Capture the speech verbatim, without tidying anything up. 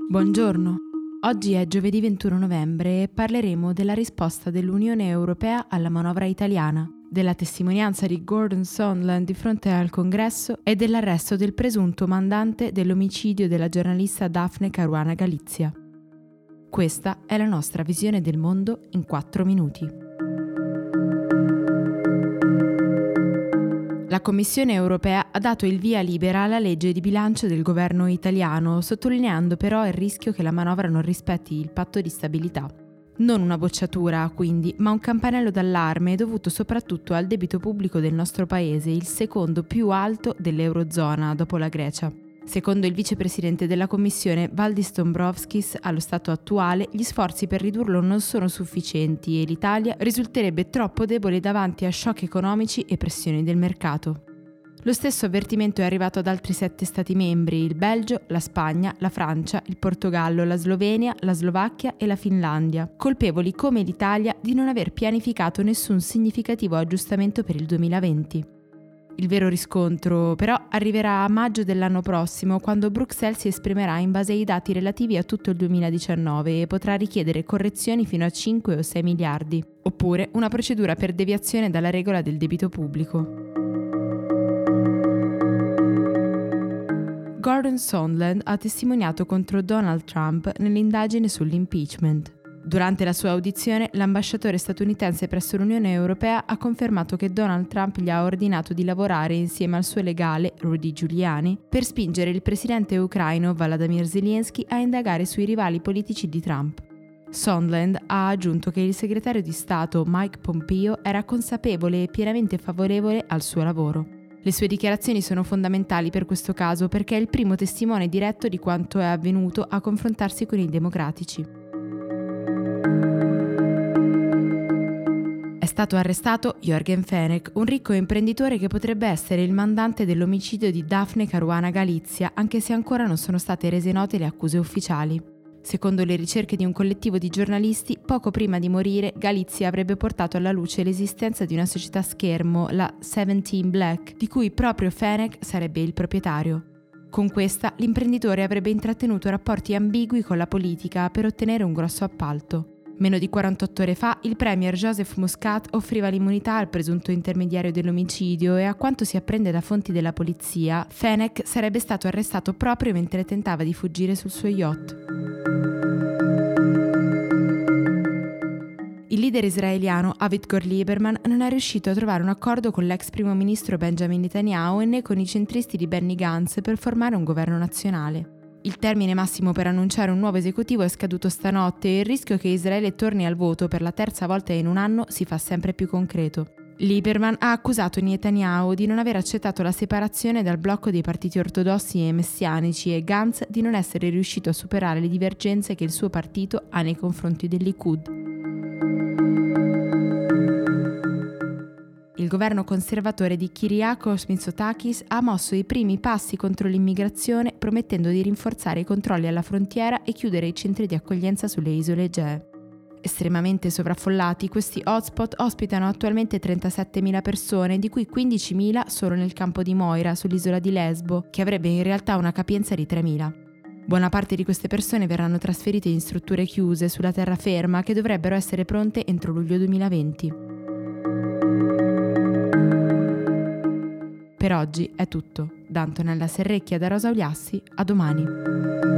Buongiorno, oggi è giovedì ventuno novembre e parleremo della risposta dell'Unione Europea alla manovra italiana, della testimonianza di Gordon Sondland di fronte al Congresso e dell'arresto del presunto mandante dell'omicidio della giornalista Daphne Caruana Galizia. Questa è la nostra visione del mondo in quattro minuti. La Commissione europea ha dato il via libera alla legge di bilancio del governo italiano, sottolineando però il rischio che la manovra non rispetti il patto di stabilità. Non una bocciatura, quindi, ma un campanello d'allarme dovuto soprattutto al debito pubblico del nostro paese, il secondo più alto dell'Eurozona dopo la Grecia. Secondo il vicepresidente della Commissione Valdis Dombrovskis, allo stato attuale gli sforzi per ridurlo non sono sufficienti e l'Italia risulterebbe troppo debole davanti a shock economici e pressioni del mercato. Lo stesso avvertimento è arrivato ad altri sette Stati membri: il Belgio, la Spagna, la Francia, il Portogallo, la Slovenia, la Slovacchia e la Finlandia, colpevoli come l'Italia di non aver pianificato nessun significativo aggiustamento per il duemilaventi. Il vero riscontro, però, arriverà a maggio dell'anno prossimo, quando Bruxelles si esprimerà in base ai dati relativi a tutto il duemiladiciannove e potrà richiedere correzioni fino a cinque o sei miliardi, oppure una procedura per deviazione dalla regola del debito pubblico. Gordon Sondland ha testimoniato contro Donald Trump nell'indagine sull'impeachment. Durante la sua audizione, l'ambasciatore statunitense presso l'Unione Europea ha confermato che Donald Trump gli ha ordinato di lavorare insieme al suo legale, Rudy Giuliani, per spingere il presidente ucraino Volodymyr Zelensky a indagare sui rivali politici di Trump. Sondland ha aggiunto che il segretario di Stato Mike Pompeo era consapevole e pienamente favorevole al suo lavoro. Le sue dichiarazioni sono fondamentali per questo caso perché è il primo testimone diretto di quanto è avvenuto a confrontarsi con i democratici. È stato arrestato Jürgen Fenech, un ricco imprenditore che potrebbe essere il mandante dell'omicidio di Daphne Caruana Galizia, anche se ancora non sono state rese note le accuse ufficiali. Secondo le ricerche di un collettivo di giornalisti, poco prima di morire, Galizia avrebbe portato alla luce l'esistenza di una società schermo, la Seventeen Black, di cui proprio Fenech sarebbe il proprietario. Con questa, l'imprenditore avrebbe intrattenuto rapporti ambigui con la politica per ottenere un grosso appalto. Meno di quarantotto ore fa, il premier Joseph Muscat offriva l'immunità al presunto intermediario dell'omicidio e, a quanto si apprende da fonti della polizia, Fenech sarebbe stato arrestato proprio mentre tentava di fuggire sul suo yacht. Il leader israeliano Avigdor Lieberman non è riuscito a trovare un accordo con l'ex primo ministro Benjamin Netanyahu né con i centristi di Benny Gantz per formare un governo nazionale. Il termine massimo per annunciare un nuovo esecutivo è scaduto stanotte e il rischio che Israele torni al voto per la terza volta in un anno si fa sempre più concreto. Lieberman ha accusato Netanyahu di non aver accettato la separazione dal blocco dei partiti ortodossi e messianici e Gantz di non essere riuscito a superare le divergenze che il suo partito ha nei confronti del Likud. Il governo conservatore di Kyriakos Mitsotakis ha mosso i primi passi contro l'immigrazione, promettendo di rinforzare i controlli alla frontiera e chiudere i centri di accoglienza sulle isole Egee. Estremamente sovraffollati, questi hotspot ospitano attualmente trentasettemila persone, di cui quindicimila solo nel campo di Moira, sull'isola di Lesbo, che avrebbe in realtà una capienza di tremila. Buona parte di queste persone verranno trasferite in strutture chiuse sulla terraferma che dovrebbero essere pronte entro luglio duemilaventi. Per oggi è tutto. Da Antonella Serrecchia e da Rosa Uliassi, a domani.